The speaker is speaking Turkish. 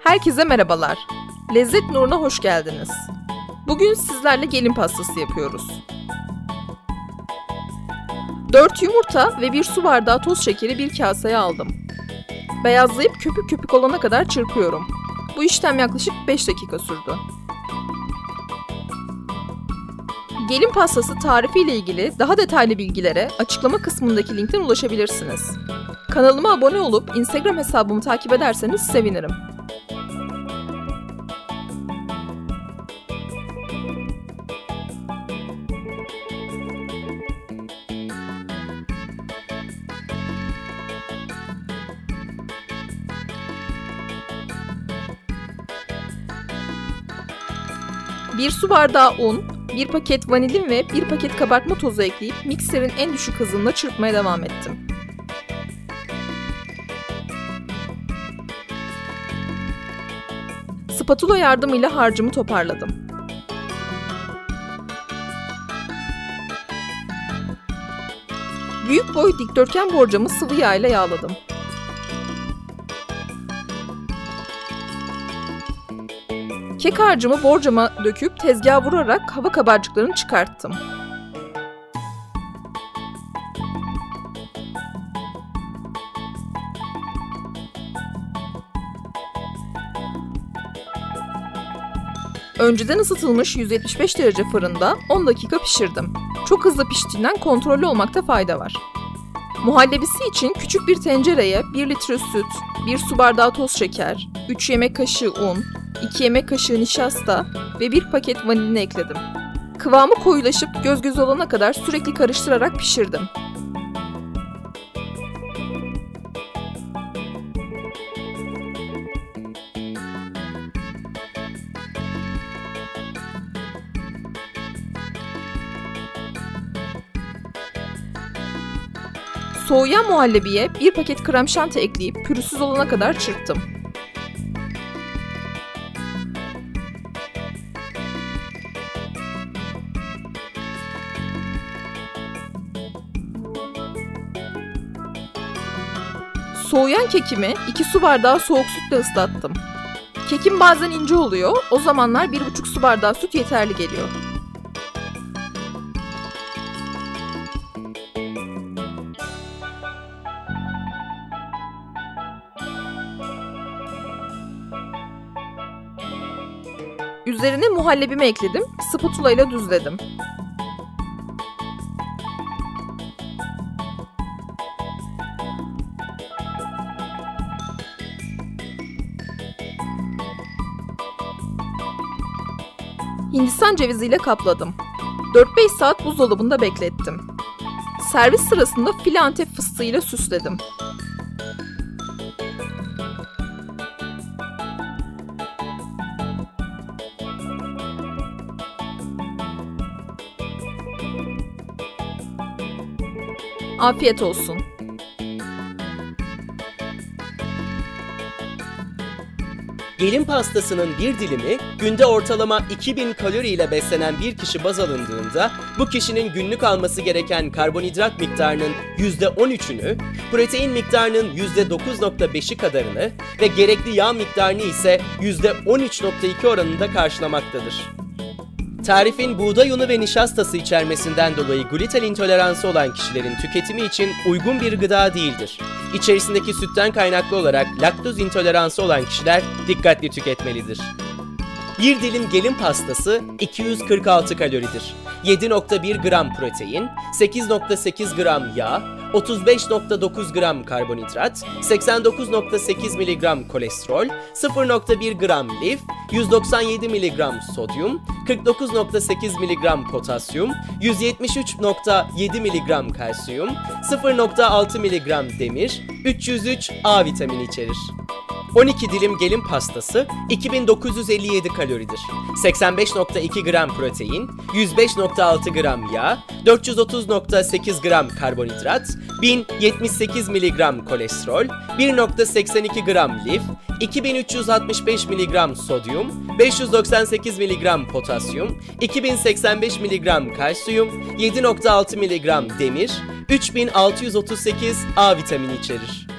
Herkese merhabalar. Lezzet Nur'una hoş geldiniz. Bugün sizlerle gelin pastası yapıyoruz. 4 yumurta ve 1 su bardağı toz şekeri bir kaseye aldım. Beyazlayıp köpük köpük olana kadar çırpıyorum. Bu işlem yaklaşık 5 dakika sürdü. Gelin pastası tarifi ile ilgili daha detaylı bilgilere açıklama kısmındaki linkten ulaşabilirsiniz. Kanalıma abone olup Instagram hesabımı takip ederseniz sevinirim. Bir su bardağı un, 1 paket vanilin ve 1 paket kabartma tozu ekleyip mikserin en düşük hızında çırpmaya devam ettim. Spatula yardımıyla harcımı toparladım. Büyük boy dikdörtgen borcamı sıvı yağ ile yağladım. Kek harcımı borcama döküp tezgaha vurarak hava kabarcıklarını çıkarttım. Önceden ısıtılmış 175 derece fırında 10 dakika pişirdim. Çok hızlı piştiğinden kontrollü olmakta fayda var. Muhallebisi için küçük bir tencereye 1 litre süt, 1 su bardağı toz şeker, 3 yemek kaşığı un, 2 yemek kaşığı nişasta ve 1 paket vanilini ekledim. Kıvamı koyulaşıp göz göz olana kadar sürekli karıştırarak pişirdim. Soğuyan muhallebiye 1 paket krem şanti ekleyip pürüzsüz olana kadar çırptım. Soğuyan kekimi 2 su bardağı soğuk sütle ıslattım. Kekim bazen ince oluyor, o zamanlar 1,5 su bardağı süt yeterli geliyor. Üzerine muhallebimi ekledim, spatula ile düzledim. Hindistan ceviziyle kapladım. 4-5 saat buzdolabında beklettim. Servis sırasında file Antep fıstığıyla süsledim. Afiyet olsun. Gelin pastasının bir dilimi günde ortalama 2000 kalori ile beslenen bir kişi baz alındığında bu kişinin günlük alması gereken karbonhidrat miktarının %13'ünü, protein miktarının %9.5'i kadarını ve gerekli yağ miktarını ise %13.2 oranında karşılamaktadır. Tarifin buğday unu ve nişastası içermesinden dolayı gluten intoleransı olan kişilerin tüketimi için uygun bir gıda değildir. İçerisindeki sütten kaynaklı olarak laktoz intoleransı olan kişiler dikkatli tüketmelidir. Bir dilim gelin pastası 246 kaloridir. 7.1 gram protein, 8.8 gram yağ, 35.9 gram karbonhidrat, 89.8 mg kolesterol, 0.1 gram lif, 197 mg sodyum, 49.8 mg potasyum, 173.7 mg kalsiyum, 0.6 mg demir, 303 A vitamini içerir. 12 dilim gelin pastası 2957 kaloridir. 85.2 gram protein, 105.6 gram yağ, 430.8 gram karbonhidrat, 1078 mg kolesterol, 1.82 gram lif, 2365 mg sodyum, 598 mg potasyum, 2085 mg kalsiyum, 7.6 mg demir, 3638 A vitamini içerir.